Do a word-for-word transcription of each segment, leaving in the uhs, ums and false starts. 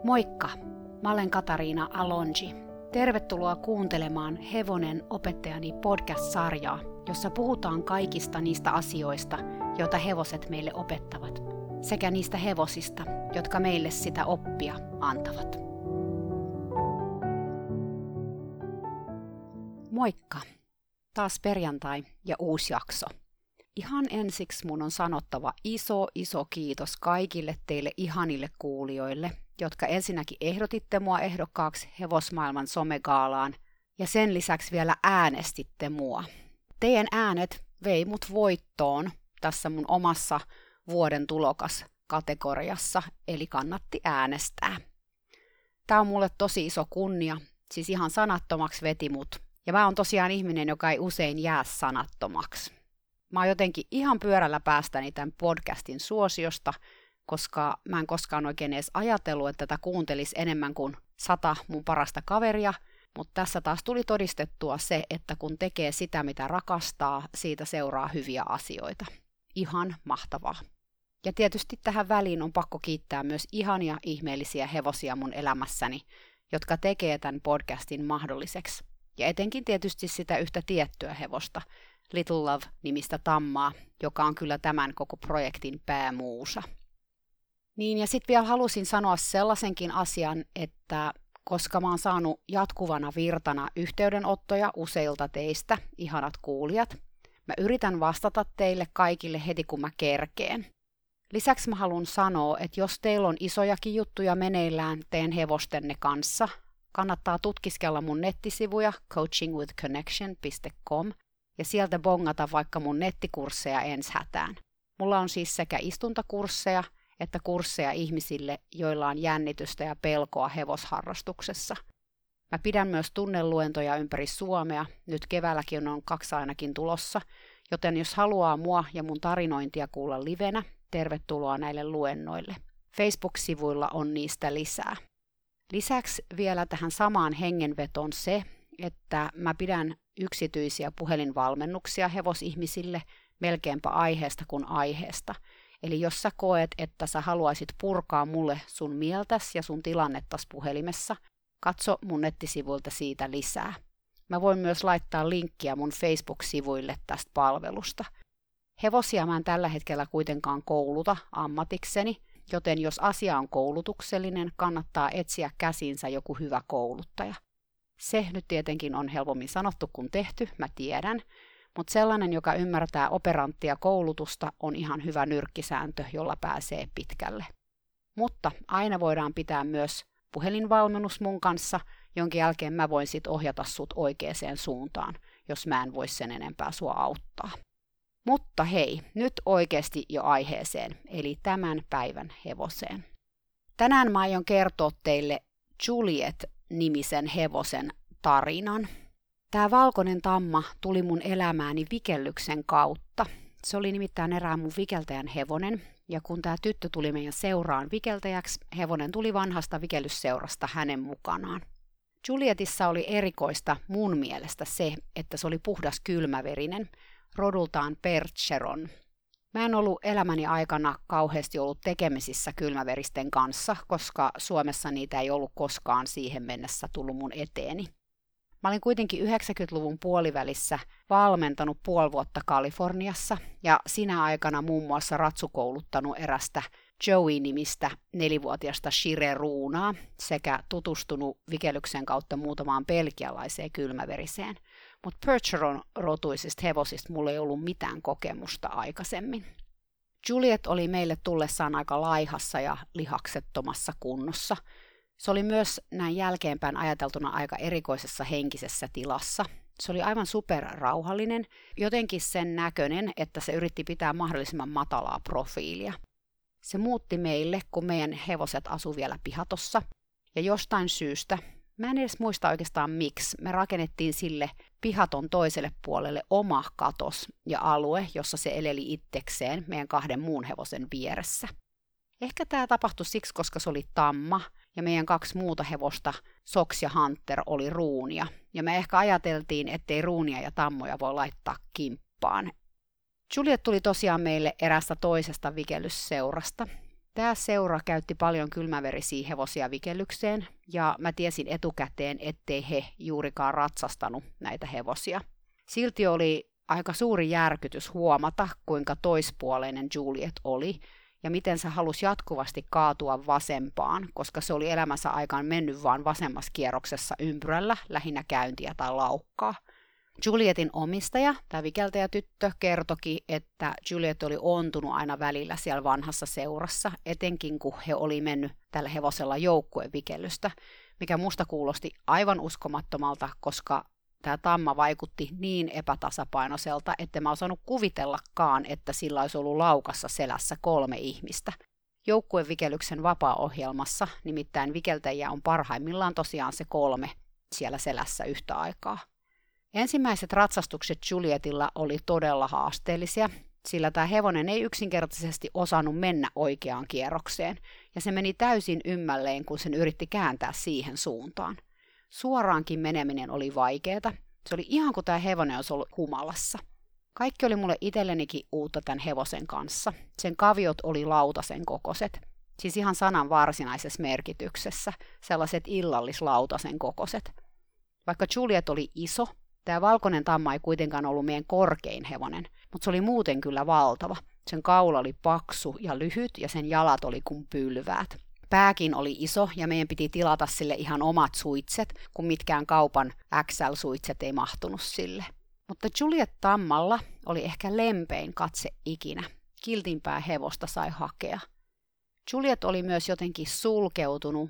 Moikka! Mä olen Katariina Alonji. Tervetuloa kuuntelemaan Hevonen opettajani podcast-sarjaa, jossa puhutaan kaikista niistä asioista, joita hevoset meille opettavat, sekä niistä hevosista, jotka meille sitä oppia antavat. Moikka! Taas perjantai ja uusi jakso. Ihan ensiksi mun on sanottava iso, iso kiitos kaikille teille ihanille kuulijoille, jotka ensinnäkin ehdotitte mua ehdokkaaksi Hevosmaailman somegaalaan ja sen lisäksi vielä äänestitte mua. Teidän äänet vei mut voittoon tässä mun omassa vuoden tulokas kategoriassa, eli kannatti äänestää. Tää on mulle tosi iso kunnia, siis ihan sanattomaksi veti mut. Ja mä oon tosiaan ihminen, joka ei usein jää sanattomaksi. Mä oon jotenkin ihan pyörällä päästäni tämän podcastin suosiosta, koska mä en koskaan oikein edes ajatellut, että tätä kuuntelisi enemmän kuin sata mun parasta kaveria, mutta tässä taas tuli todistettua se, että kun tekee sitä, mitä rakastaa, siitä seuraa hyviä asioita. Ihan mahtavaa. Ja tietysti tähän väliin on pakko kiittää myös ihania ihmeellisiä hevosia mun elämässäni, jotka tekee tämän podcastin mahdolliseksi. Ja etenkin tietysti sitä yhtä tiettyä hevosta, Little Love-nimistä tammaa, joka on kyllä tämän koko projektin päämuusa. Niin ja sitten vielä halusin sanoa sellaisenkin asian, että koska mä oon saanut jatkuvana virtana yhteydenottoja useilta teistä, ihanat kuulijat, mä yritän vastata teille kaikille heti kun mä kerkeen. Lisäksi mä haluan sanoa, että jos teillä on isojakin juttuja meneillään teidän hevostenne kanssa, kannattaa tutkiskella mun nettisivuja coaching with connection piste com ja sieltä bongata vaikka mun nettikursseja ensi hätään. Mulla on siis sekä istuntakursseja että kursseja ihmisille, joilla on jännitystä ja pelkoa hevosharrastuksessa. Mä pidän myös tunneluentoja ympäri Suomea, nyt keväälläkin on kaksi ainakin tulossa, joten jos haluaa mua ja mun tarinointia kuulla livenä, tervetuloa näille luennoille. Facebook-sivuilla on niistä lisää. Lisäksi vielä tähän samaan hengenvetoon se, että mä pidän yksityisiä puhelinvalmennuksia hevosihmisille melkeinpä aiheesta kuin aiheesta. Eli jos sä koet, että sä haluaisit purkaa mulle sun mieltäs ja sun tilannettas puhelimessa, katso mun nettisivuilta siitä lisää. Mä voin myös laittaa linkkiä mun Facebook-sivuille tästä palvelusta. Hevosia mä en tällä hetkellä kuitenkaan kouluta ammatikseni, joten jos asia on koulutuksellinen, kannattaa etsiä käsinsä joku hyvä kouluttaja. Se nyt tietenkin on helpommin sanottu kuin tehty, mä tiedän, mutta sellainen, joka ymmärtää operanttia koulutusta, on ihan hyvä nyrkkisääntö, jolla pääsee pitkälle. Mutta aina voidaan pitää myös puhelinvalmennus mun kanssa, jonka jälkeen mä voin sit ohjata sut oikeaan suuntaan, jos mä en voi sen enempää sua auttaa. Mutta hei, nyt oikeasti jo aiheeseen, eli tämän päivän hevoseen. Tänään mä aion kertoa teille Juliet-nimisen hevosen tarinan. Tämä valkoinen tamma tuli mun elämääni vikellyksen kautta. Se oli nimittäin erään mun vikeltäjän hevonen, ja kun tämä tyttö tuli meidän seuraan vikeltäjäksi, hevonen tuli vanhasta vikellysseurasta hänen mukanaan. Julietissa oli erikoista mun mielestä se, että se oli puhdas kylmäverinen, rodultaan Percheron. Mä en ollut elämäni aikana kauheasti ollut tekemisissä kylmäveristen kanssa, koska Suomessa niitä ei ollut koskaan siihen mennessä tullut mun eteeni. Mä olin kuitenkin yhdeksänkymmentäluvun puolivälissä valmentanut puoli vuotta Kaliforniassa ja sinä aikana muun muassa ratsukouluttanut erästä Joey-nimistä nelivuotiaasta Shireruunaa sekä tutustunut vikellyksen kautta muutamaan belgialaiseen kylmäveriseen. Mutta Percheron rotuisista hevosista mulla ei ollut mitään kokemusta aikaisemmin. Juliet oli meille tullessaan aika laihassa ja lihaksettomassa kunnossa. Se oli myös näin jälkeenpäin ajateltuna aika erikoisessa henkisessä tilassa. Se oli aivan superrauhallinen, jotenkin sen näköinen, että se yritti pitää mahdollisimman matalaa profiilia. Se muutti meille, kun meidän hevoset asu vielä pihatossa, ja jostain syystä, mä en edes muista oikeastaan miksi, me rakennettiin sille pihaton toiselle puolelle oma katos ja alue, jossa se eleli itsekseen meidän kahden muun hevosen vieressä. Ehkä tämä tapahtui siksi, koska se oli tamma, ja meidän kaksi muuta hevosta, Sox ja Hunter, oli ruunia, ja me ehkä ajateltiin, ettei ruunia ja tammoja voi laittaa kimppaan. Juliet tuli tosiaan meille erästä toisesta vikellysseurasta. Tämä seura käytti paljon kylmäverisiä hevosia vikellykseen, ja mä tiesin etukäteen, ettei he juurikaan ratsastanut näitä hevosia. Silti oli aika suuri järkytys huomata, kuinka toispuoleinen Juliet oli, ja miten se halusi jatkuvasti kaatua vasempaan, koska se oli elämänsä aikaan mennyt vaan vasemmassa kierroksessa ympyrällä, lähinnä käyntiä tai laukkaa. Julietin omistaja, tämä vikeltäjätyttö, kertoki, että Juliet oli ontunut aina välillä siellä vanhassa seurassa, etenkin kun he oli mennyt tällä hevosella joukkuevikellystä, mikä musta kuulosti aivan uskomattomalta, koska tämä tamma vaikutti niin epätasapainoiselta, että mä osannut kuvitellakaan, että sillä olisi ollut laukassa selässä kolme ihmistä. Joukkuevikellyksen vapaa-ohjelmassa, nimittäin vikeltäjiä on parhaimmillaan tosiaan se kolme siellä selässä yhtä aikaa. Ensimmäiset ratsastukset Julietilla oli todella haasteellisia, sillä tämä hevonen ei yksinkertaisesti osannut mennä oikeaan kierrokseen, ja se meni täysin ymmälleen, kun sen yritti kääntää siihen suuntaan. Suoraankin meneminen oli vaikeaa. Se oli ihan kuin tämä hevonen olisi ollut humalassa. Kaikki oli mulle itsellenikin uutta tämän hevosen kanssa. Sen kaviot oli lautasen kokoiset. Siis ihan sanan varsinaisessa merkityksessä. Sellaiset illallislautasen kokoiset. Vaikka Juliet oli iso, tämä valkoinen tamma ei kuitenkaan ollut meidän korkein hevonen. Mutta se oli muuten kyllä valtava. Sen kaula oli paksu ja lyhyt ja sen jalat oli kuin pylväät. Pääkin oli iso ja meidän piti tilata sille ihan omat suitset, kun mitkään kaupan X L-suitset ei mahtunut sille. Mutta Juliet tammalla oli ehkä lempein katse ikinä. Kiltinpää hevosta sai hakea. Juliet oli myös jotenkin sulkeutunut,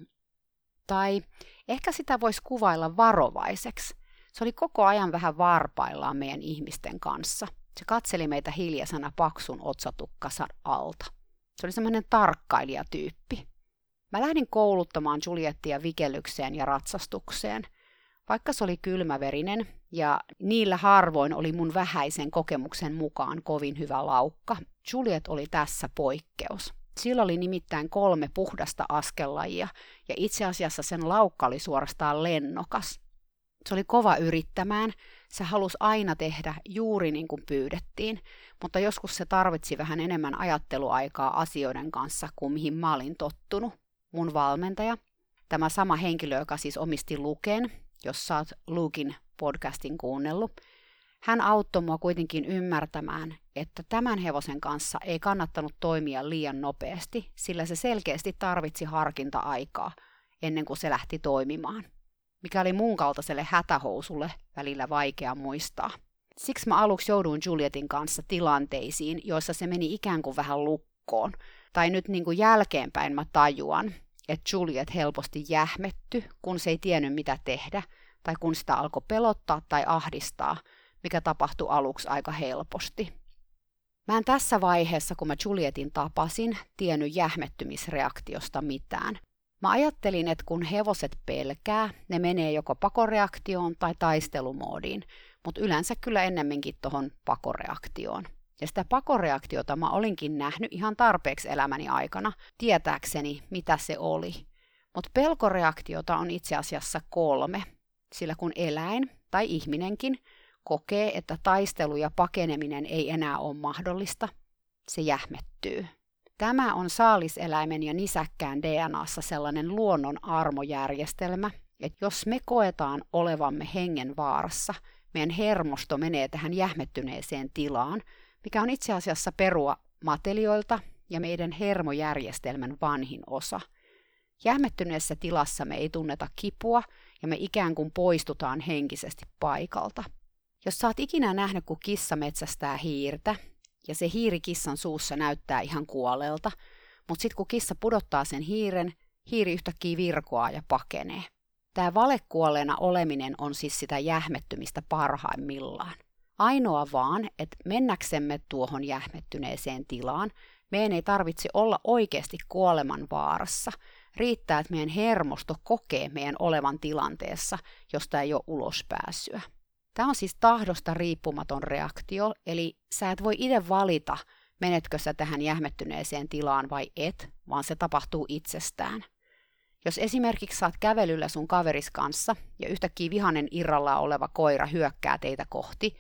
tai ehkä sitä voisi kuvailla varovaiseksi. Se oli koko ajan vähän varpaillaan meidän ihmisten kanssa. Se katseli meitä hiljaisena paksun otsatukkansa alta. Se oli semmoinen tarkkailijatyyppi. Mä lähdin kouluttamaan Juliettia vikellykseen ja ratsastukseen. Vaikka se oli kylmäverinen ja niillä harvoin oli mun vähäisen kokemuksen mukaan kovin hyvä laukka, Juliet oli tässä poikkeus. Sillä oli nimittäin kolme puhdasta askellajia ja itse asiassa sen laukka oli suorastaan lennokas. Se oli kova yrittämään, se halusi aina tehdä juuri niin kuin pyydettiin, mutta joskus se tarvitsi vähän enemmän ajatteluaikaa asioiden kanssa kuin mihin mä olin tottunut. Mun valmentaja, tämä sama henkilö, joka siis omisti Luken, jos sä oot Luken podcastin kuunnellut, hän auttoi mua kuitenkin ymmärtämään, että tämän hevosen kanssa ei kannattanut toimia liian nopeasti, sillä se selkeästi tarvitsi harkinta-aikaa ennen kuin se lähti toimimaan, mikä oli mun kaltaiselle hätähousulle välillä vaikea muistaa. Siksi mä aluksi jouduin Julietin kanssa tilanteisiin, joissa se meni ikään kuin vähän lukkoon, tai nyt niin kuin jälkeenpäin mä tajuan, että Juliet helposti jähmetty, kun se ei tiennyt mitä tehdä, tai kun sitä alkoi pelottaa tai ahdistaa, mikä tapahtui aluksi aika helposti. Mä en tässä vaiheessa, kun mä Julietin tapasin, tiennyt jähmettymisreaktiosta mitään. Mä ajattelin, että kun hevoset pelkää, ne menee joko pakoreaktioon tai taistelumoodiin, mutta yleensä kyllä ennemminkin tuohon pakoreaktioon. Ja sitä pakoreaktiota mä olinkin nähnyt ihan tarpeeksi elämäni aikana, tietääkseni mitä se oli. Mutta pelkoreaktiota on itse asiassa kolme, sillä kun eläin tai ihminenkin kokee, että taistelu ja pakeneminen ei enää ole mahdollista, se jähmettyy. Tämä on saaliseläimen ja nisäkkään D N A:ssa sellainen luonnon armojärjestelmä, että jos me koetaan olevamme hengen vaarassa, meidän hermosto menee tähän jähmettyneeseen tilaan, mikä on itse asiassa perua matelioilta ja meidän hermojärjestelmän vanhin osa. Jähmettyneessä tilassa me ei tunneta kipua ja me ikään kuin poistutaan henkisesti paikalta. Jos sä oot ikinä nähnyt, kun kissa metsästää hiirtä, ja se hiiri kissan suussa näyttää ihan kuolleelta, mutta sitten kun kissa pudottaa sen hiiren, hiiri yhtäkkiä virkoaa ja pakenee. Tämä valekuolleena oleminen on siis sitä jähmettymistä parhaimmillaan. Ainoa vaan, että mennäksemme tuohon jähmettyneeseen tilaan, meidän ei tarvitse olla oikeasti kuoleman vaarassa. Riittää, että meidän hermosto kokee meidän olevan tilanteessa, josta ei ole ulospääsyä. Tämä on siis tahdosta riippumaton reaktio, eli sä et voi itse valita, menetkö sä tähän jähmettyneeseen tilaan vai et, vaan se tapahtuu itsestään. Jos esimerkiksi saat kävelyllä sun kaveris kanssa ja yhtäkkiä vihainen irrallaan oleva koira hyökkää teitä kohti,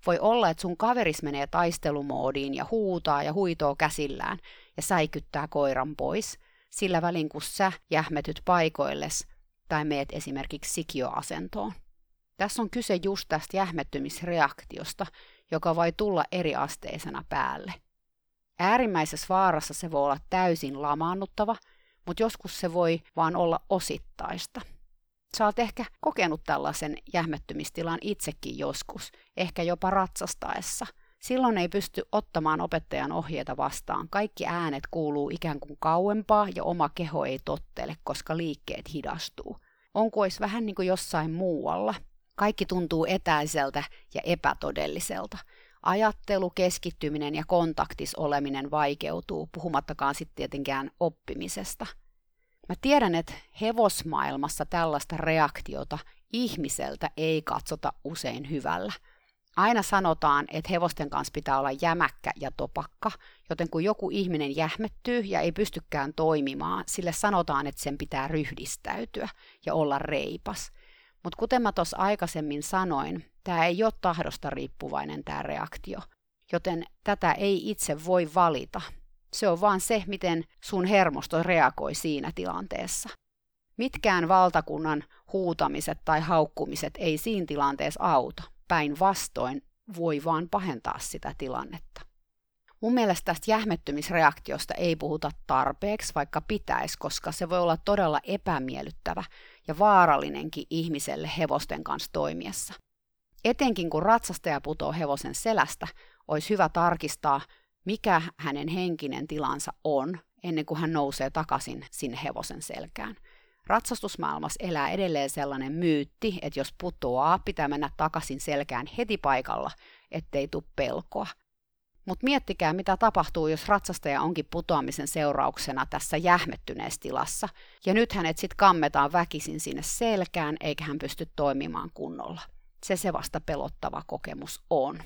Voi olla, että sun kaveris menee taistelumoodiin ja huutaa ja huitoo käsillään ja säikyttää koiran pois, sillä välin kun sä jähmetyt paikoilles tai meet esimerkiksi sikioasentoon. Tässä on kyse just tästä jähmettymisreaktiosta, joka voi tulla eriasteisena päälle. Äärimmäisessä vaarassa se voi olla täysin lamaannuttava, mutta joskus se voi vaan olla osittaista. Sä oot ehkä kokenut tällaisen jähmettymistilan itsekin joskus, ehkä jopa ratsastaessa. Silloin ei pysty ottamaan opettajan ohjeita vastaan. Kaikki äänet kuuluu ikään kuin kauempaa ja oma keho ei tottele, koska liikkeet hidastuu. On kuin olisi vähän niin kuin jossain muualla. Kaikki tuntuu etäiseltä ja epätodelliselta. Ajattelu, keskittyminen ja kontaktis oleminen vaikeutuu, puhumattakaan sitten tietenkään oppimisesta. Mä tiedän, että hevosmaailmassa tällaista reaktiota ihmiseltä ei katsota usein hyvällä. Aina sanotaan, että hevosten kanssa pitää olla jämäkkä ja topakka, joten kun joku ihminen jähmettyy ja ei pystykään toimimaan, sille sanotaan, että sen pitää ryhdistäytyä ja olla reipas. Mutta kuten mä tuossa aikaisemmin sanoin, tämä ei ole tahdosta riippuvainen tämä reaktio, joten tätä ei itse voi valita. Se on vaan se, miten sun hermosto reagoi siinä tilanteessa. Mitkään valtakunnan huutamiset tai haukkumiset ei siinä tilanteessa auta. Päinvastoin voi vaan pahentaa sitä tilannetta. Mun mielestä tästä jähmettymisreaktiosta ei puhuta tarpeeksi, vaikka pitäisi, koska se voi olla todella epämiellyttävä ja vaarallinenkin ihmiselle hevosten kanssa toimiessa. Etenkin kun ratsastaja putoo hevosen selästä, olisi hyvä tarkistaa, mikä hänen henkinen tilansa on, ennen kuin hän nousee takaisin sinne hevosen selkään. Ratsastusmaailmassa elää edelleen sellainen myytti, että jos putoaa, pitää mennä takaisin selkään heti paikalla, ettei tule pelkoa. Mutta miettikää, mitä tapahtuu, jos ratsastaja onkin putoamisen seurauksena tässä jähmettyneessä tilassa, ja nyt hänet sitten kammetaan väkisin sinne selkään, eikä hän pysty toimimaan kunnolla. Se se vasta pelottava kokemus on.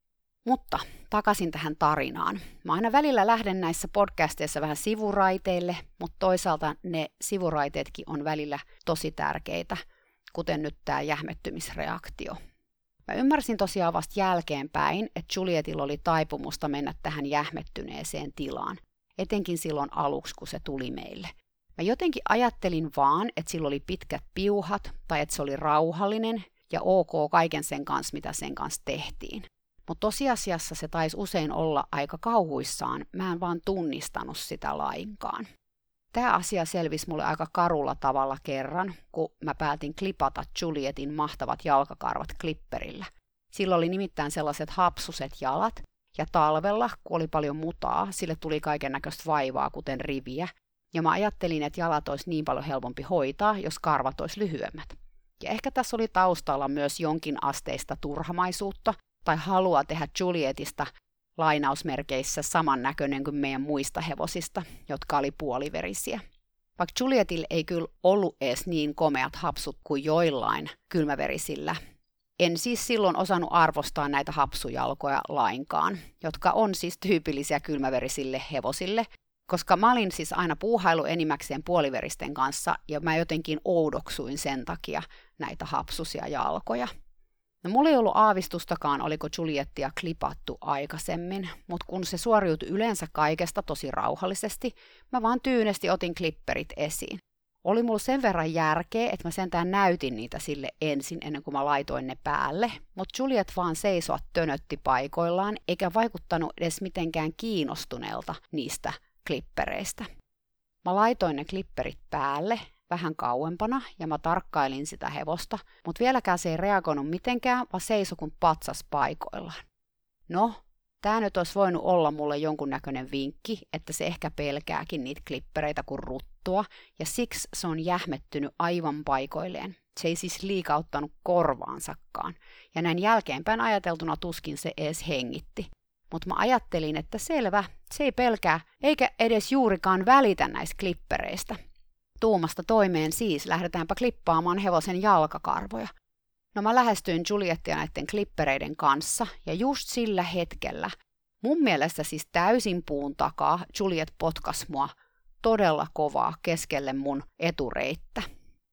Mutta takaisin tähän tarinaan. Mä aina välillä lähden näissä podcasteissa vähän sivuraiteille, mutta toisaalta ne sivuraiteetkin on välillä tosi tärkeitä, kuten nyt tämä jähmettymisreaktio. Mä ymmärsin tosiaan vasta jälkeenpäin, että Julietilla oli taipumusta mennä tähän jähmettyneeseen tilaan, etenkin silloin aluksi, kun se tuli meille. Mä jotenkin ajattelin vaan, että sillä oli pitkät piuhat tai että se oli rauhallinen ja ok kaiken sen kanssa, mitä sen kanssa tehtiin. Mutta tosiasiassa se taisi usein olla aika kauhuissaan, mä en vaan tunnistanut sitä lainkaan. Tämä asia selvisi mulle aika karulla tavalla kerran, kun mä päätin klipata Julietin mahtavat jalkakarvat klipperillä. Sillä oli nimittäin sellaiset hapsuset jalat, ja talvella, kun oli paljon mutaa, sille tuli kaiken näköistä vaivaa, kuten riviä, ja mä ajattelin, että jalat olisi niin paljon helpompi hoitaa, jos karvat olisi lyhyemmät. Ja ehkä tässä oli taustalla myös jonkin asteista turhamaisuutta, tai halua tehdä Julietista lainausmerkeissä samannäköinen kuin meidän muista hevosista, jotka oli puoliverisiä. Vaikka Julietilla ei kyllä ollut edes niin komeat hapsut kuin joillain kylmäverisillä, en siis silloin osannut arvostaa näitä hapsujalkoja lainkaan, jotka on siis tyypillisiä kylmäverisille hevosille, koska mä olin siis aina puuhailu enimmäkseen puoliveristen kanssa ja mä jotenkin oudoksuin sen takia näitä hapsusia jalkoja. No, mulla ei ollut aavistustakaan, oliko Juliettia klipattu aikaisemmin, mutta kun se suoriutui yleensä kaikesta tosi rauhallisesti, mä vaan tyynesti otin klipperit esiin. Oli mulla sen verran järkeä, että mä sentään näytin niitä sille ensin ennen kuin mä laitoin ne päälle, mutta Juliet vaan seisoi tönötti paikoillaan eikä vaikuttanut edes mitenkään kiinnostuneelta niistä klippereistä. Mä laitoin ne klipperit päälle vähän kauempana ja mä tarkkailin sitä hevosta, mutta vieläkään se ei reagoinut mitenkään, vaan seisoi kun patsas paikoillaan. No, tää nyt olisi voinut olla mulle jonkunnäköinen vinkki, että se ehkä pelkääkin niitä klippereitä kuin ruttua, ja siksi se on jähmettynyt aivan paikoilleen. Se ei siis liikauttanut korvaansakaan, ja näin jälkeenpäin ajateltuna tuskin se edes hengitti. Mutta mä ajattelin, että selvä, se ei pelkää, eikä edes juurikaan välitä näistä klippereistä. Tuumasta toimeen siis, lähdetäänpä klippaamaan hevosen jalkakarvoja. No mä lähestyin Juliettia näiden klippereiden kanssa, ja just sillä hetkellä, mun mielestä siis täysin puun takaa, Juliet potkas mua todella kovaa keskelle mun etureittä.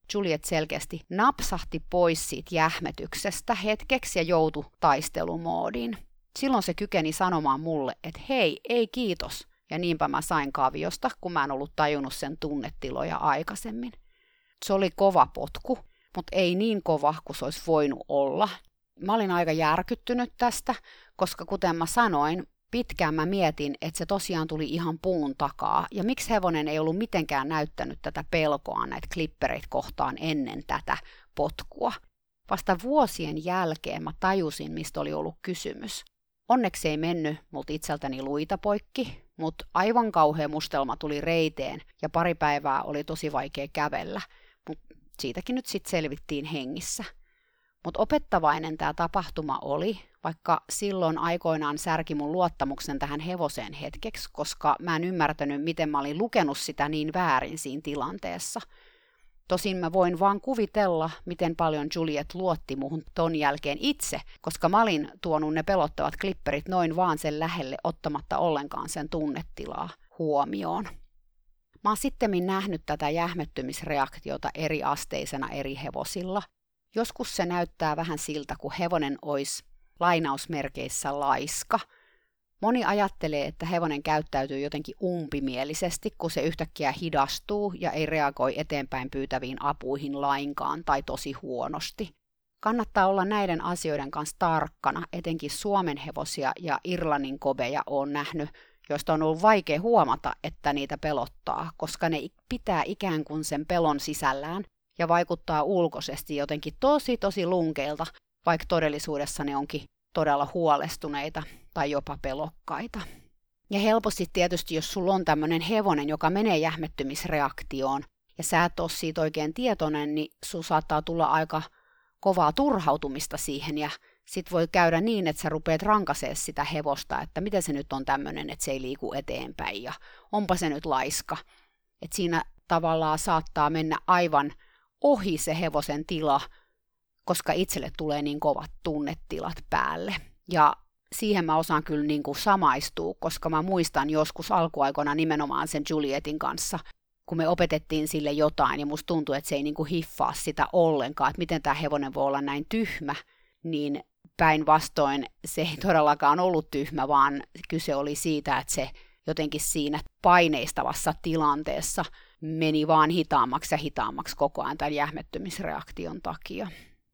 Juliet selkeästi napsahti pois siitä jähmetyksestä hetkeksi ja joutui taistelumoodiin. Silloin se kykeni sanomaan mulle, että hei, ei kiitos, ja niinpä mä sain kaviosta, kun mä en ollut tajunnut sen tunnetiloja aikaisemmin. Se oli kova potku, mutta ei niin kova kuin se olisi voinut olla. Mä olin aika järkyttynyt tästä, koska kuten mä sanoin, pitkään mä mietin, että se tosiaan tuli ihan puun takaa, ja miksi hevonen ei ollut mitenkään näyttänyt tätä pelkoa näitä klippereitä kohtaan ennen tätä potkua. Vasta vuosien jälkeen mä tajusin, mistä oli ollut kysymys. Onneksi ei mennyt multa itseltäni luita poikki, mutta aivan kauhea mustelma tuli reiteen, ja pari päivää oli tosi vaikea kävellä, mutta siitäkin nyt sitten selvittiin hengissä. Mutta opettavainen tämä tapahtuma oli, vaikka silloin aikoinaan särki mun luottamuksen tähän hevoseen hetkeksi, koska mä en ymmärtänyt, miten mä olin lukenut sitä niin väärin siinä tilanteessa. Tosin mä voin vaan kuvitella, miten paljon Juliet luotti muhun ton jälkeen itse, koska mä olin tuonut ne pelottavat klipperit noin vaan sen lähelle ottamatta ollenkaan sen tunnetilaa huomioon. Mä oon sittemmin nähnyt tätä jähmettymisreaktiota eri asteisena eri hevosilla. Joskus se näyttää vähän siltä, kun hevonen olisi lainausmerkeissä laiska. Moni ajattelee, että hevonen käyttäytyy jotenkin umpimielisesti, kun se yhtäkkiä hidastuu ja ei reagoi eteenpäin pyytäviin apuihin lainkaan tai tosi huonosti. Kannattaa olla näiden asioiden kanssa tarkkana, etenkin Suomen hevosia ja Irlannin kobeja on nähnyt, joista on ollut vaikea huomata, että niitä pelottaa, koska ne pitää ikään kuin sen pelon sisällään ja vaikuttaa ulkoisesti jotenkin tosi tosi lunkeilta, vaikka todellisuudessa ne onkin todella huolestuneita tai jopa pelokkaita. Ja helposti tietysti, jos sulla on tämmöinen hevonen, joka menee jähmettymisreaktioon ja sä et ole siitä oikein tietoinen, niin sun saattaa tulla aika kovaa turhautumista siihen ja sit voi käydä niin, että sä rupeat rankasee sitä hevosta, että miten se nyt on tämmöinen, että se ei liiku eteenpäin ja onpa se nyt laiska. Että siinä tavallaan saattaa mennä aivan ohi se hevosen tila, koska itselle tulee niin kovat tunnetilat päälle. Ja siihen mä osaan kyllä niin kuin samaistua, koska mä muistan joskus alkuaikoina nimenomaan sen Julietin kanssa, kun me opetettiin sille jotain ja musta tuntui, että se ei niin kuin hiffaa sitä ollenkaan, että miten tämä hevonen voi olla näin tyhmä, niin päinvastoin se ei todellakaan ollut tyhmä, vaan kyse oli siitä, että se jotenkin siinä paineistavassa tilanteessa meni vaan hitaammaksi ja hitaammaksi koko ajan tämän jähmettymisreaktion takia.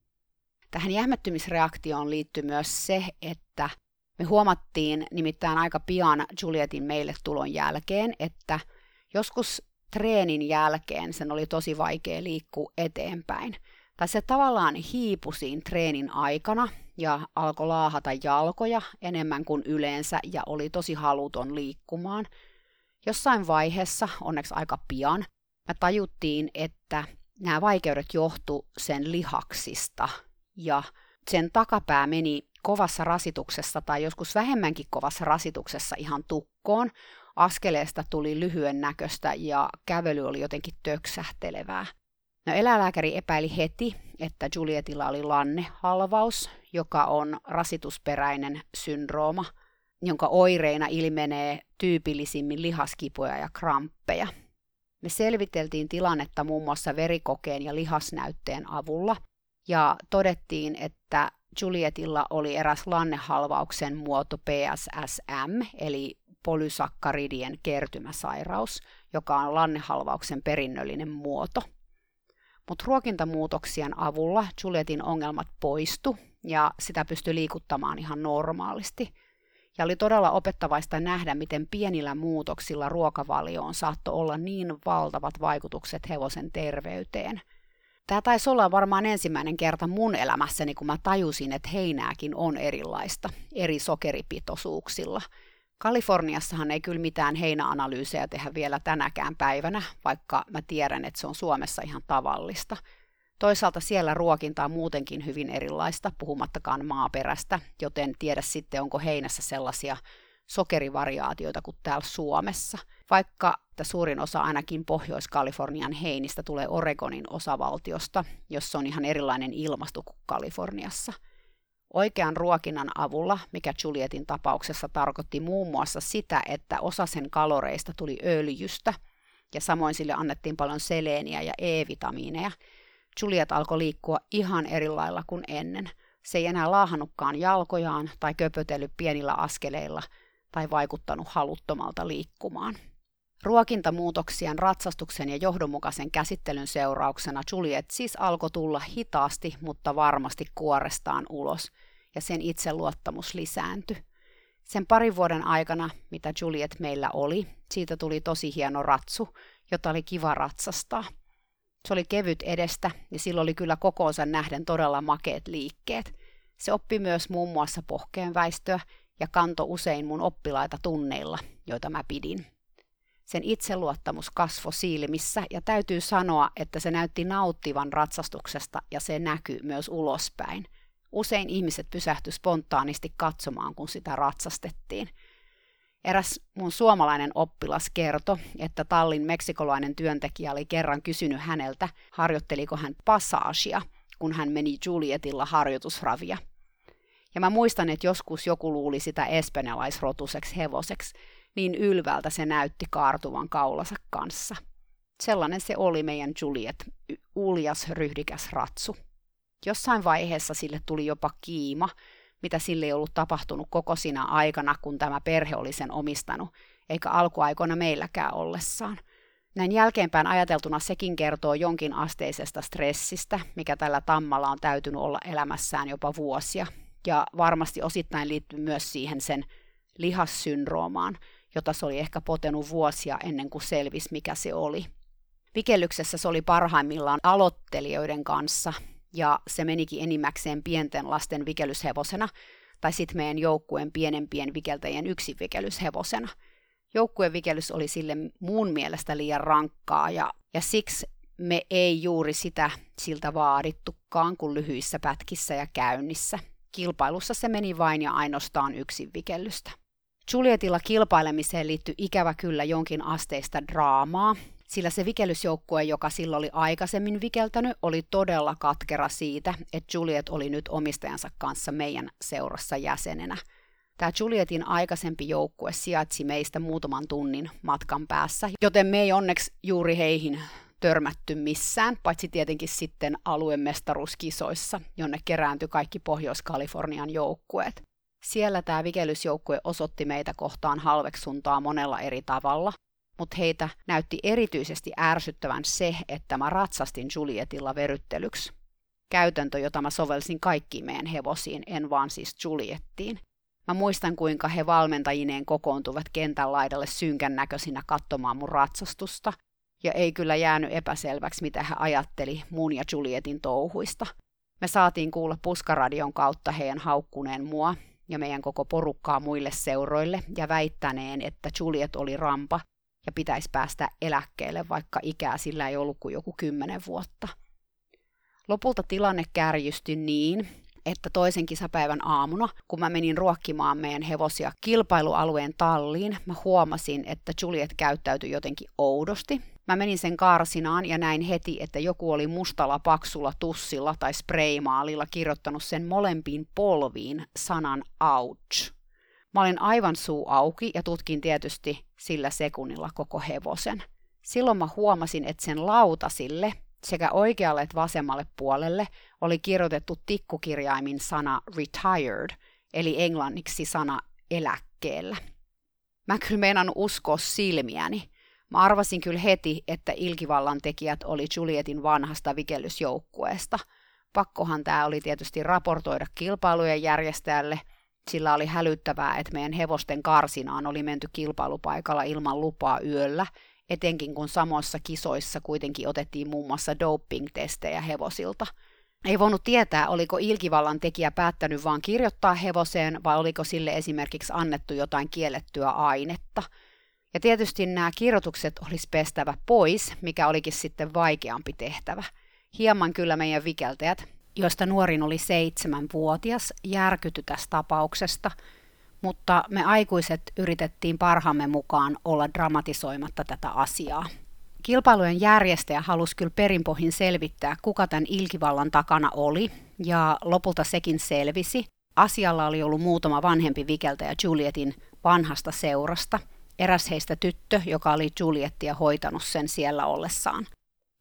Tähän jähmettymisreaktioon liittyy myös se, että me huomattiin nimittäin aika pian Julietin meille tulon jälkeen, että joskus treenin jälkeen sen oli tosi vaikea liikkua eteenpäin. Tai se tavallaan hiipui siinä treenin aikana ja alkoi laahata jalkoja enemmän kuin yleensä ja oli tosi haluton liikkumaan. Jossain vaiheessa, onneksi aika pian, me tajuttiin, että nämä vaikeudet johtu sen lihaksista ja sen takapää meni kovassa rasituksessa tai joskus vähemmänkin kovassa rasituksessa ihan tukkoon. Askeleesta tuli lyhyen näköistä ja kävely oli jotenkin töksähtelevää. No, eläinlääkäri epäili heti, että Julietilla oli lannehalvaus, joka on rasitusperäinen syndrooma, jonka oireina ilmenee tyypillisimmin lihaskipuja ja kramppeja. Me selviteltiin tilannetta muun muassa verikokeen ja lihasnäytteen avulla ja todettiin, että Julietilla oli eräs lannehalvauksen muoto P S S M, eli polysakkaridien kertymäsairaus, joka on lannehalvauksen perinnöllinen muoto. Mutta ruokintamuutoksien avulla Julietin ongelmat poistu ja sitä pystyi liikuttamaan ihan normaalisti. Ja oli todella opettavaista nähdä, miten pienillä muutoksilla ruokavalioon saattoi olla niin valtavat vaikutukset hevosen terveyteen. Tämä taisi olla varmaan ensimmäinen kerta mun elämässäni, kun mä tajusin, että heinääkin on erilaista, eri sokeripitoisuuksilla. Kaliforniassahan ei kyllä mitään heinäanalyysejä tehdä vielä tänäkään päivänä, vaikka mä tiedän, että se on Suomessa ihan tavallista. Toisaalta siellä ruokinta on muutenkin hyvin erilaista, puhumattakaan maaperästä, joten tiedä sitten, onko heinässä sellaisia sokerivariaatioita kuin täällä Suomessa. Vaikka suurin osa ainakin Pohjois-Kalifornian heinistä tulee Oregonin osavaltiosta, jossa on ihan erilainen ilmasto kuin Kaliforniassa. Oikean ruokinnan avulla, mikä Julietin tapauksessa tarkoitti muun muassa sitä, että osa sen kaloreista tuli öljystä, ja samoin sille annettiin paljon seleeniä ja E-vitamiineja, Juliet alkoi liikkua ihan eri lailla kuin ennen. Se ei enää laahannutkaan jalkojaan tai köpötellyt pienillä askeleilla tai vaikuttanut haluttomalta liikkumaan. Ruokintamuutoksien, ratsastuksen ja johdonmukaisen käsittelyn seurauksena Juliet siis alkoi tulla hitaasti, mutta varmasti kuorestaan ulos, ja sen itseluottamus lisääntyi. Sen parin vuoden aikana, mitä Juliet meillä oli, siitä tuli tosi hieno ratsu, jota oli kiva ratsastaa. Se oli kevyt edestä ja sillä oli kyllä kokoonsa nähden todella makeet liikkeet. Se oppi myös muun muassa pohkeenväistöä ja kantoi usein mun oppilaita tunneilla, joita mä pidin. Sen itseluottamus kasvoi silmissä ja täytyy sanoa, että se näytti nauttivan ratsastuksesta ja se näkyi myös ulospäin. Usein ihmiset pysähtyi spontaanisti katsomaan, kun sitä ratsastettiin. Eräs mun suomalainen oppilas kertoi, että tallin meksikolainen työntekijä oli kerran kysynyt häneltä, harjoitteliko hän passagea, kun hän meni Julietilla harjoitusravia. Ja mä muistan, että joskus joku luuli sitä espanjalaisrotuseksi hevoseksi, niin ylvältä se näytti kaartuvan kaulansa kanssa. Sellainen se oli meidän Juliet, uljas, ryhdikäs ratsu. Jossain vaiheessa sille tuli jopa kiima, mitä sille ei ollut tapahtunut koko sinä aikana, kun tämä perhe oli sen omistanut, eikä alkuaikoina meilläkään ollessaan. Näin jälkeenpäin ajateltuna sekin kertoo jonkin asteisesta stressistä, mikä tällä tammalla on täytynyt olla elämässään jopa vuosia, ja varmasti osittain liittyy myös siihen sen lihassyndroomaan, jota se oli ehkä potenut vuosia ennen kuin selvisi, mikä se oli. Vikellyksessä se oli parhaimmillaan aloittelijoiden kanssa, ja se menikin enimmäkseen pienten lasten vikelyshevosena, tai sitten meidän joukkueen pienempien vikeltäjien yksinvikelyshevosena. Joukkueen vikelys oli sille muun mielestä liian rankkaa, ja, ja siksi me ei juuri sitä siltä vaadittukaan kuin lyhyissä pätkissä ja käynnissä. Kilpailussa se meni vain ja ainoastaan yksinvikellystä. Julietilla kilpailemiseen liittyi ikävä kyllä jonkin asteista draamaa, sillä se vikelysjoukkue, joka silloin oli aikaisemmin vikeltänyt, oli todella katkera siitä, että Juliet oli nyt omistajansa kanssa meidän seurassa jäsenenä. Tämä Julietin aikaisempi joukkue sijaitsi meistä muutaman tunnin matkan päässä, joten me ei onneksi juuri heihin törmätty missään, paitsi tietenkin sitten aluemestaruuskisoissa, jonne kerääntyi kaikki Pohjois-Kalifornian joukkueet. Siellä tämä vikelysjoukkue osoitti meitä kohtaan halveksuntaa monella eri tavalla, mutta heitä näytti erityisesti ärsyttävän se, että mä ratsastin Julietilla veryttelyksi. Käytäntö, jota mä sovelsin kaikkiin meidän hevosiin, en vaan siis Juliettiin. Mä muistan, kuinka he valmentajineen kokoontuvat kentän laidalle synkän näköisinä katsomaan mun ratsastusta, ja ei kyllä jäänyt epäselväksi, mitä he ajatteli mun ja Julietin touhuista. Me saatiin kuulla puskaradion kautta heidän haukkuneen mua ja meidän koko porukkaa muille seuroille ja väittäneen, että Juliet oli rampa ja pitäisi päästä eläkkeelle, vaikka ikää sillä ei ollut kuin joku kymmenen vuotta. Lopulta tilanne kärjistyi niin, että toisen kisapäivän aamuna, kun mä menin ruokkimaan meidän hevosia kilpailualueen talliin, mä huomasin, että Juliet käyttäytyi jotenkin oudosti. Mä menin sen karsinaan ja näin heti, että joku oli mustalla paksulla tussilla tai spraymaalilla kirjoittanut sen molempiin polviin sanan ouch. Mä olin aivan suu auki ja tutkin tietysti sillä sekunnilla koko hevosen. Silloin mä huomasin, että sen lautasille sekä oikealle että vasemmalle puolelle oli kirjoitettu tikkukirjaimin sana retired, eli englanniksi sana eläkkeellä. Mä kyllä meinannut uskoa silmiäni. Mä arvasin kyllä heti, että ilkivallan tekijät oli Julietin vanhasta vikellysjoukkueesta. Pakkohan tää oli tietysti raportoida kilpailujen järjestäjälle, sillä oli hälyttävää, että meidän hevosten karsinaan oli menty kilpailupaikalla ilman lupaa yöllä, etenkin kun samoissa kisoissa kuitenkin otettiin muun muassa doping-testejä hevosilta. Ei voinut tietää, oliko ilkivallan tekijä päättänyt vaan kirjoittaa hevoseen vai oliko sille esimerkiksi annettu jotain kiellettyä ainetta. Ja tietysti nämä kirjoitukset olisi pestävä pois, mikä olikin sitten vaikeampi tehtävä. Hieman kyllä meidän vikeltäjät, joista nuorin oli seitsemänvuotias, järkytyi tästä tapauksesta, mutta me aikuiset yritettiin parhaamme mukaan olla dramatisoimatta tätä asiaa. Kilpailujen järjestäjä halusi kyllä perinpohjin selvittää, kuka tämän ilkivallan takana oli, ja lopulta sekin selvisi. Asialla oli ollut muutama vanhempi vikeltäjä Julietin vanhasta seurasta, eräs heistä tyttö, joka oli Juliettia hoitanut sen siellä ollessaan.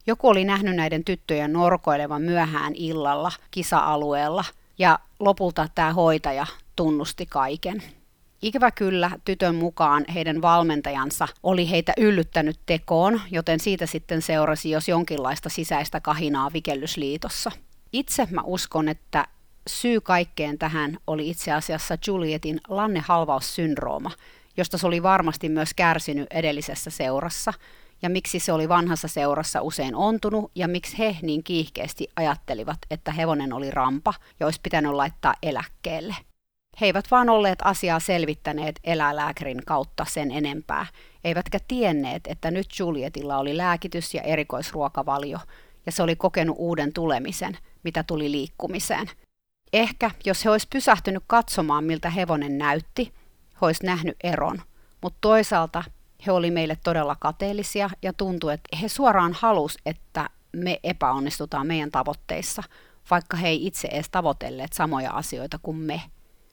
Joku oli nähnyt näiden tyttöjen norkoilevan myöhään illalla kisa-alueella ja lopulta tämä hoitaja tunnusti kaiken. Ikävä kyllä tytön mukaan heidän valmentajansa oli heitä yllyttänyt tekoon, joten siitä sitten seurasi jos jonkinlaista sisäistä kahinaa vikellysliitossa. Itse mä uskon, että syy kaikkeen tähän oli itse asiassa Julietin lannehalvaussyndrooma, josta se oli varmasti myös kärsinyt edellisessä seurassa, ja miksi se oli vanhassa seurassa usein ontunut, ja miksi he niin kiihkeästi ajattelivat, että hevonen oli rampa ja olisi pitänyt laittaa eläkkeelle. He eivät vaan olleet asiaa selvittäneet eläinlääkärin kautta sen enempää, eivätkä tienneet, että nyt Julietilla oli lääkitys ja erikoisruokavalio, ja se oli kokenut uuden tulemisen, mitä tuli liikkumiseen. Ehkä, jos he olisi pysähtynyt katsomaan, miltä hevonen näytti, he olisi nähnyt eron, mutta toisaalta he oli meille todella kateellisia ja tuntui, että he suoraan halusi, että me epäonnistutaan meidän tavoitteissa, vaikka he ei itse edes tavoitelleet samoja asioita kuin me.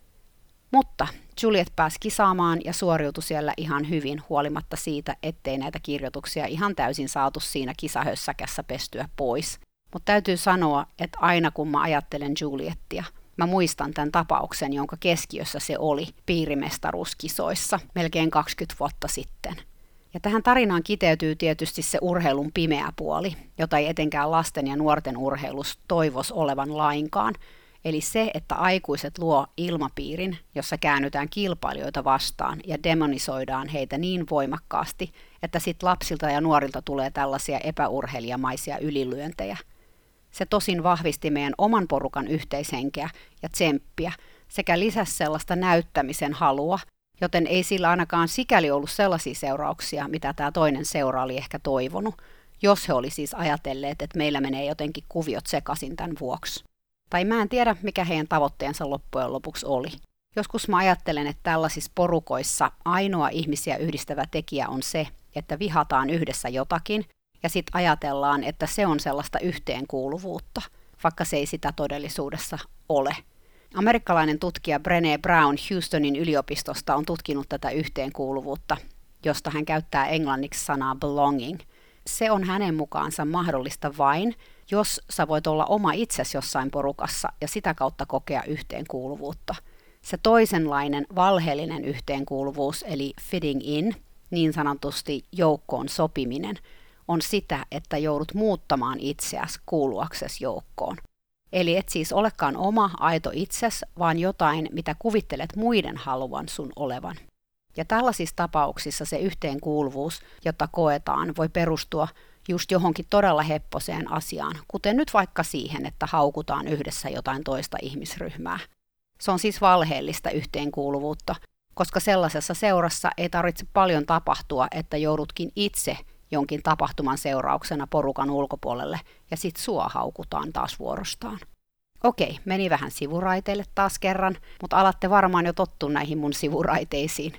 Mutta Juliet pääsi kisaamaan ja suoriutui siellä ihan hyvin, huolimatta siitä, ettei näitä kirjoituksia ihan täysin saatu siinä kisahössäkässä pestyä pois. Mutta täytyy sanoa, että aina kun mä ajattelen Juliettia, mä muistan tämän tapauksen, jonka keskiössä se oli piirimestaruuskisoissa melkein kaksikymmentä vuotta sitten. Ja tähän tarinaan kiteytyy tietysti se urheilun pimeä puoli, jota ei etenkään lasten ja nuorten urheilus toivos olevan lainkaan. Eli se, että aikuiset luo ilmapiirin, jossa käännytään kilpailijoita vastaan ja demonisoidaan heitä niin voimakkaasti, että sit lapsilta ja nuorilta tulee tällaisia epäurheilijamaisia ylilyöntejä. Se tosin vahvisti meidän oman porukan yhteishenkeä ja tsemppiä sekä lisäsi sellaista näyttämisen halua, joten ei sillä ainakaan sikäli ollut sellaisia seurauksia, mitä tämä toinen seura oli ehkä toivonut, jos he oli siis ajatelleet, että meillä menee jotenkin kuviot sekaisin tämän vuoksi. Tai mä en tiedä, mikä heidän tavoitteensa loppujen lopuksi oli. Joskus mä ajattelen, että tällaisissa porukoissa ainoa ihmisiä yhdistävä tekijä on se, että vihataan yhdessä jotakin, ja sitten ajatellaan, että se on sellaista yhteenkuuluvuutta, vaikka se ei sitä todellisuudessa ole. Amerikkalainen tutkija Brené Brown Houstonin yliopistosta on tutkinut tätä yhteenkuuluvuutta, josta hän käyttää englanniksi sanaa belonging. Se on hänen mukaansa mahdollista vain, jos sä voit olla oma itsesi jossain porukassa ja sitä kautta kokea yhteenkuuluvuutta. Se toisenlainen valheellinen yhteenkuuluvuus, eli fitting in, niin sanotusti joukkoon sopiminen, on sitä, että joudut muuttamaan itseäsi kuuluaksesi joukkoon. Eli et siis olekaan oma aito itsesi, vaan jotain, mitä kuvittelet muiden haluan sun olevan. Ja tällaisissa tapauksissa se yhteenkuuluvuus, jota koetaan, voi perustua just johonkin todella hepposeen asiaan, kuten nyt vaikka siihen, että haukutaan yhdessä jotain toista ihmisryhmää. Se on siis valheellista yhteenkuuluvuutta, koska sellaisessa seurassa ei tarvitse paljon tapahtua, että joudutkin itse jonkin tapahtuman seurauksena porukan ulkopuolelle ja sit sua haukutaan taas vuorostaan. Okei, meni vähän sivuraiteille taas kerran, mutta alatte varmaan jo tottua näihin mun sivuraiteisiin.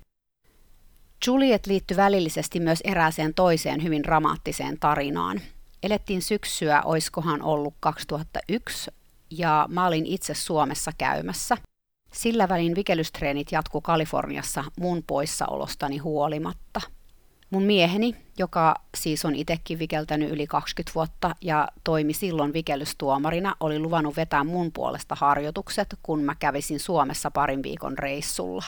Juliet liittyi välillisesti myös erääseen toiseen hyvin dramaattiseen tarinaan. Elettiin syksyä, oiskohan ollut kaksituhattayksi, ja mä olin itse Suomessa käymässä. Sillä välin vikellystreenit jatkuu Kaliforniassa mun poissaolostani huolimatta. Mun mieheni, joka siis on itsekin vikeltänyt yli kaksikymmentä vuotta ja toimi silloin vikellystuomarina, oli luvannut vetää mun puolesta harjoitukset, kun mä kävisin Suomessa parin viikon reissulla.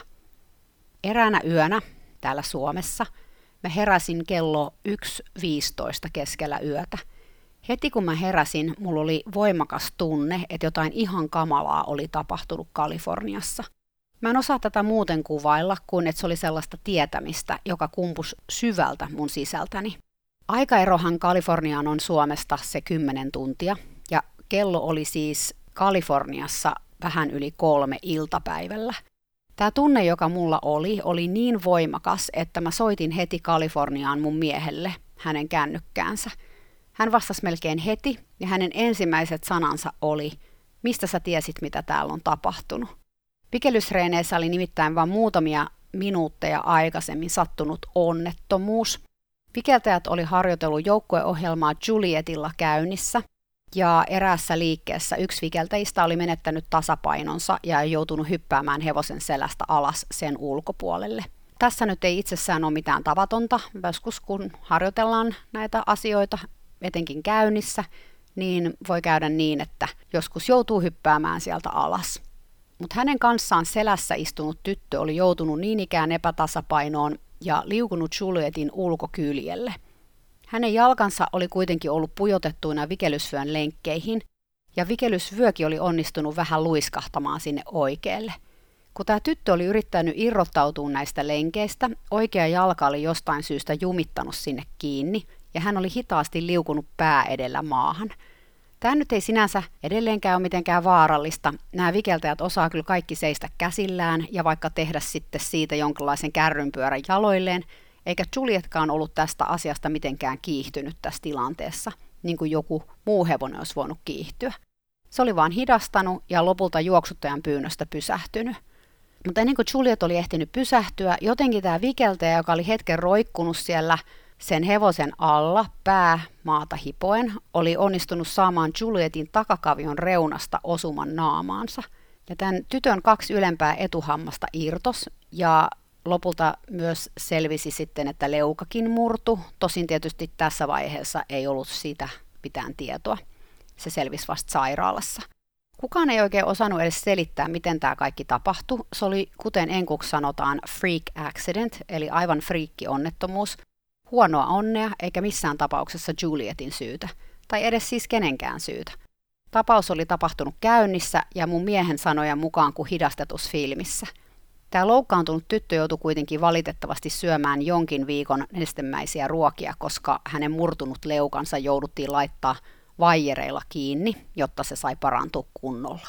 Eräänä yönä täällä Suomessa mä heräsin kello yksi viisitoista keskellä yötä. Heti kun mä heräsin, mulla oli voimakas tunne, että jotain ihan kamalaa oli tapahtunut Kaliforniassa. Mä en osaa tätä muuten kuvailla, kuin että se oli sellaista tietämistä, joka kumpus syvältä mun sisältäni. Aikaerohan Kaliforniaan on Suomesta se kymmenen tuntia, ja kello oli siis Kaliforniassa vähän yli kolme iltapäivällä. Tämä tunne, joka mulla oli, oli niin voimakas, että mä soitin heti Kaliforniaan mun miehelle hänen kännykkäänsä. Hän vastasi melkein heti, ja hänen ensimmäiset sanansa oli, mistä sä tiesit, mitä täällä on tapahtunut. Vikellysreeneissä oli nimittäin vain muutamia minuutteja aikaisemmin sattunut onnettomuus. Vikeltäjät oli harjoitellut joukkueohjelmaa Julietilla käynnissä, ja eräässä liikkeessä yksi vikeltäjistä oli menettänyt tasapainonsa ja joutunut hyppäämään hevosen selästä alas sen ulkopuolelle. Tässä nyt ei itsessään ole mitään tavatonta, joskus kun harjoitellaan näitä asioita etenkin käynnissä, niin voi käydä niin, että joskus joutuu hyppäämään sieltä alas. Mutta hänen kanssaan selässä istunut tyttö oli joutunut niin ikään epätasapainoon ja liukunut Julietin ulkokyljelle. Hänen jalkansa oli kuitenkin ollut pujotettuina vikelysvyön lenkkeihin, ja vikelysvyökin oli onnistunut vähän luiskahtamaan sinne oikealle. Kun tämä tyttö oli yrittänyt irrottautua näistä lenkeistä, oikea jalka oli jostain syystä jumittanut sinne kiinni, ja hän oli hitaasti liukunut pää edellä maahan. Tämä nyt ei sinänsä edelleenkään ole mitenkään vaarallista. Nämä vikeltäjät osaa kyllä kaikki seistä käsillään ja vaikka tehdä sitten siitä jonkinlaisen kärrynpyörän jaloilleen, eikä Julietkaan ollut tästä asiasta mitenkään kiihtynyt tässä tilanteessa, niin kuin joku muu hevonen olisi voinut kiihtyä. Se oli vaan hidastanut ja lopulta juoksuttajan pyynnöstä pysähtynyt. Mutta ennen kuin Juliet oli ehtinyt pysähtyä, jotenkin tämä vikeltäjä, joka oli hetken roikkunut siellä sen hevosen alla, pää maata hipoen, oli onnistunut saamaan Julietin takakavion reunasta osuman naamaansa. Ja tämän tytön kaksi ylempää etuhammasta irtos ja lopulta myös selvisi sitten, että leukakin murtu. Tosin tietysti tässä vaiheessa ei ollut siitä mitään tietoa. Se selvisi vasta sairaalassa. Kukaan ei oikein osannut edes selittää, miten tämä kaikki tapahtui. Se oli, kuten enkuksi sanotaan, freak accident, eli aivan friikki-onnettomuus. Huonoa onnea, eikä missään tapauksessa Julietin syytä, tai edes siis kenenkään syytä. Tapaus oli tapahtunut käynnissä ja mun miehen sanojan mukaan kuin hidastetussa filmissä. Tämä loukkaantunut tyttö joutui kuitenkin valitettavasti syömään jonkin viikon nestemäisiä ruokia, koska hänen murtunut leukansa jouduttiin laittaa vaijereilla kiinni, jotta se sai parantua kunnolla.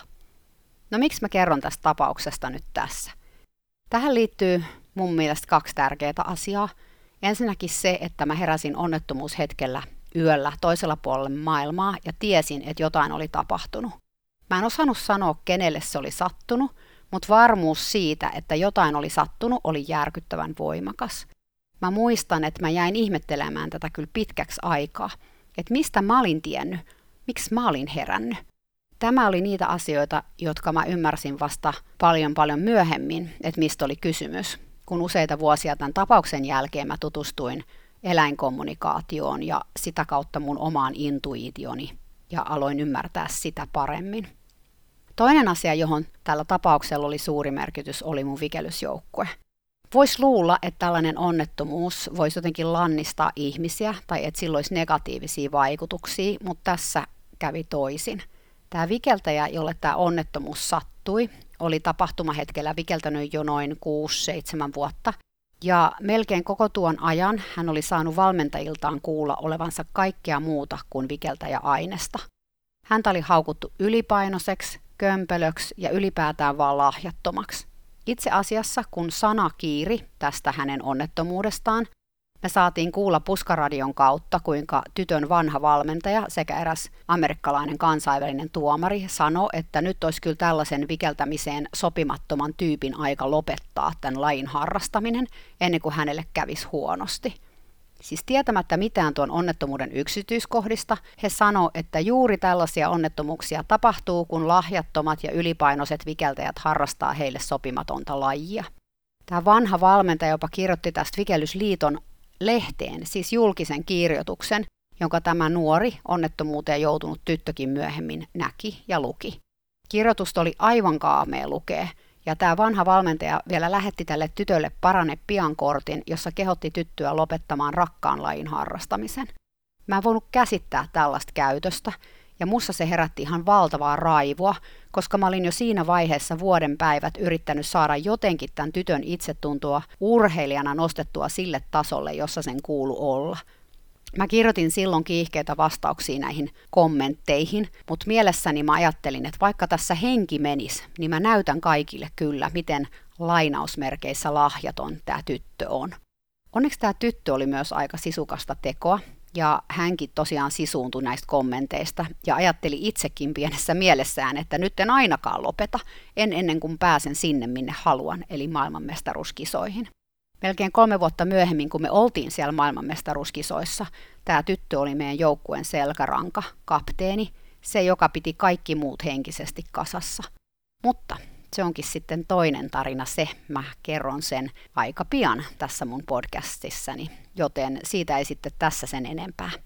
No miksi mä kerron tästä tapauksesta nyt tässä? Tähän liittyy mun mielestä kaksi tärkeää asiaa. Ensinnäkin se, että mä heräsin onnettomuushetkellä yöllä toisella puolella maailmaa ja tiesin, että jotain oli tapahtunut. Mä en osannut sanoa, kenelle se oli sattunut, mutta varmuus siitä, että jotain oli sattunut, oli järkyttävän voimakas. Mä muistan, että mä jäin ihmettelemään tätä kyllä pitkäksi aikaa, että mistä mä olin tiennyt, miksi mä olin herännyt. Tämä oli niitä asioita, jotka mä ymmärsin vasta paljon paljon myöhemmin, että mistä oli kysymys. Kun useita vuosia tämän tapauksen jälkeen mä tutustuin eläinkommunikaatioon ja sitä kautta mun omaan intuitioni ja aloin ymmärtää sitä paremmin. Toinen asia, johon tällä tapauksella oli suuri merkitys, oli mun vikelysjoukkue. Voisi luulla, että tällainen onnettomuus voisi jotenkin lannistaa ihmisiä tai että sillä olisi negatiivisia vaikutuksia, mutta tässä kävi toisin. Tämä vikeltäjä, jolle tämä onnettomuus sattui, oli tapahtumahetkellä vikeltänyt jo noin kuusi seitsemän vuotta, ja melkein koko tuon ajan hän oli saanut valmentajiltaan kuulla olevansa kaikkea muuta kuin vikeltäjäainesta. Häntä oli haukuttu ylipainoiseksi, kömpelöksi ja ylipäätään vaan lahjattomaksi. Itse asiassa, kun sana kiiri tästä hänen onnettomuudestaan, me saatiin kuulla puskaradion kautta, kuinka tytön vanha valmentaja sekä eräs amerikkalainen kansainvälinen tuomari sanoi, että nyt olisi kyllä tällaisen vikeltämiseen sopimattoman tyypin aika lopettaa tämän lajin harrastaminen ennen kuin hänelle kävisi huonosti. Siis tietämättä mitään tuon onnettomuuden yksityiskohdista, he sanoo, että juuri tällaisia onnettomuuksia tapahtuu, kun lahjattomat ja ylipainoiset vikeltäjät harrastaa heille sopimatonta lajia. Tämä vanha valmentaja jopa kirjoitti tästä Vikelysliiton lehteen, siis julkisen kirjoituksen, jonka tämä nuori onnettomuuteen joutunut tyttökin myöhemmin näki ja luki. Kirjoitusta oli aivan kaamea lukea. Ja tämä vanha valmentaja vielä lähetti tälle tytölle parane pian kortin, jossa kehotti tyttöä lopettamaan rakkaan lajin harrastamisen. Mä en voinut käsittää tällaista käytöstä, ja mussa se herätti ihan valtavaa raivoa, koska mä olin jo siinä vaiheessa vuoden päivät yrittänyt saada jotenkin tämän tytön itsetuntoa urheilijana nostettua sille tasolle, jossa sen kuulu olla. Mä kirjoitin silloin kiihkeitä vastauksia näihin kommentteihin, mutta mielessäni mä ajattelin, että vaikka tässä henki menisi, niin mä näytän kaikille kyllä, miten lainausmerkeissä lahjaton tämä tyttö on. Onneksi tämä tyttö oli myös aika sisukasta tekoa, ja hänkin tosiaan sisuuntui näistä kommenteista, ja ajatteli itsekin pienessä mielessään, että nyt en ainakaan lopeta, en ennen kuin pääsen sinne, minne haluan, eli maailmanmestaruuskisoihin. Melkein kolme vuotta myöhemmin, kun me oltiin siellä maailmanmestaruuskisoissa, tämä tyttö oli meidän joukkueen selkäranka, kapteeni, se joka piti kaikki muut henkisesti kasassa. Mutta se onkin sitten toinen tarina se, mä kerron sen aika pian tässä mun podcastissani, joten siitä ei sitten tässä sen enempää.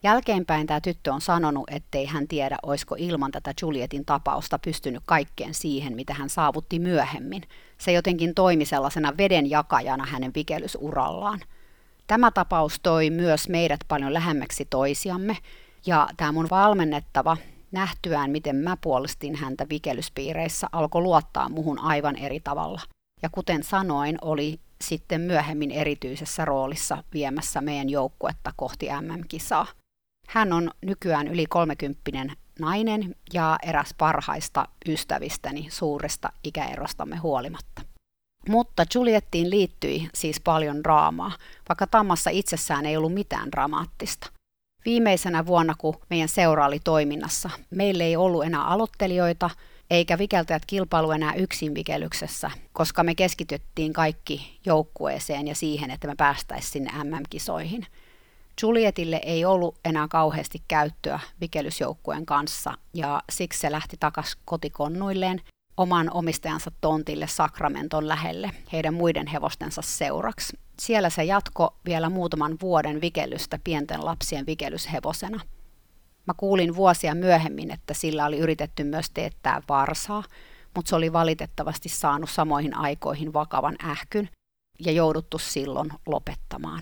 Jälkeenpäin tämä tyttö on sanonut, ettei hän tiedä, olisiko ilman tätä Julietin tapausta pystynyt kaikkeen siihen, mitä hän saavutti myöhemmin. Se jotenkin toimi sellaisena vedenjakajana hänen vikelysurallaan. Tämä tapaus toi myös meidät paljon lähemmäksi toisiamme, ja tämä mun valmennettava, nähtyään miten mä puolustin häntä vikelyspiireissä, alkoi luottaa muhun aivan eri tavalla. Ja kuten sanoin, oli sitten myöhemmin erityisessä roolissa viemässä meidän joukkuetta kohti M M-kisaa. Hän on nykyään yli kolmekymppinen nainen ja eräs parhaista ystävistäni suuresta ikäerostamme huolimatta. Mutta Juliettiin liittyi siis paljon draamaa, vaikka Tammassa itsessään ei ollut mitään dramaattista. Viimeisenä vuonna, kun meidän seura oli toiminnassa, meillä ei ollut enää aloittelijoita, eikä vikeltäjät kilpailu enää yksin vikelyksessä, koska me keskityttiin kaikki joukkueeseen ja siihen, että me päästäisiin sinne M M-kisoihin. Julietille ei ollut enää kauheasti käyttöä vikelysjoukkueen kanssa, ja siksi se lähti takaisin kotikonnuilleen oman omistajansa tontille Sacramenton lähelle heidän muiden hevostensa seuraksi. Siellä se jatko vielä muutaman vuoden vikelystä pienten lapsien vikelyshevosena. Mä kuulin vuosia myöhemmin, että sillä oli yritetty myös teettää varsaa, mutta se oli valitettavasti saanut samoihin aikoihin vakavan ähkyn ja jouduttu silloin lopettamaan.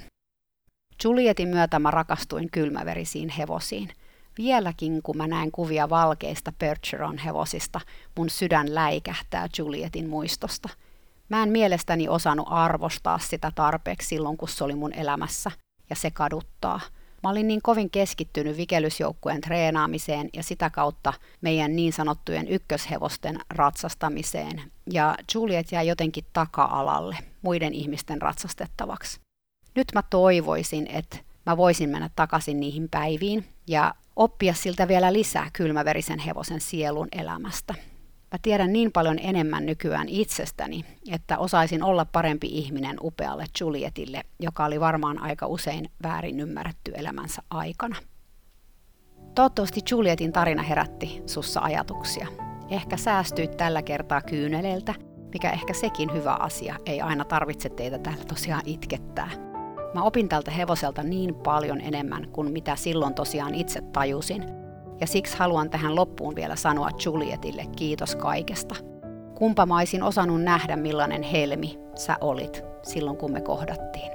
Julietin myötä mä rakastuin kylmäverisiin hevosiin. Vieläkin kun mä näen kuvia valkeista Percheron hevosista, mun sydän läikähtää Julietin muistosta. Mä en mielestäni osannut arvostaa sitä tarpeeksi silloin, kun se oli mun elämässä, ja se kaduttaa. Mä olin niin kovin keskittynyt vikelysjoukkueen treenaamiseen ja sitä kautta meidän niin sanottujen ykköshevosten ratsastamiseen, ja Juliet jäi jotenkin taka-alalle muiden ihmisten ratsastettavaksi. Nyt mä toivoisin, että mä voisin mennä takaisin niihin päiviin ja oppia siltä vielä lisää kylmäverisen hevosen sielun elämästä. Mä tiedän niin paljon enemmän nykyään itsestäni, että osaisin olla parempi ihminen upealle Julietille, joka oli varmaan aika usein väärin ymmärretty elämänsä aikana. Toivottavasti Julietin tarina herätti sussa ajatuksia. Ehkä säästyit tällä kertaa kyyneleiltä, mikä ehkä sekin hyvä asia, ei aina tarvitse teitä täällä tosiaan itkettää. Mä opin tältä hevoselta niin paljon enemmän kuin mitä silloin tosiaan itse tajusin. Ja siksi haluan tähän loppuun vielä sanoa Julietille kiitos kaikesta. Kumpa mä olisin osannut nähdä, millainen helmi sä olit silloin, kun me kohdattiin.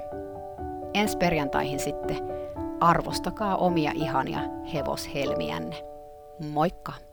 Ensi perjantaihin sitten arvostakaa omia ihania hevoshelmiänne. Moikka!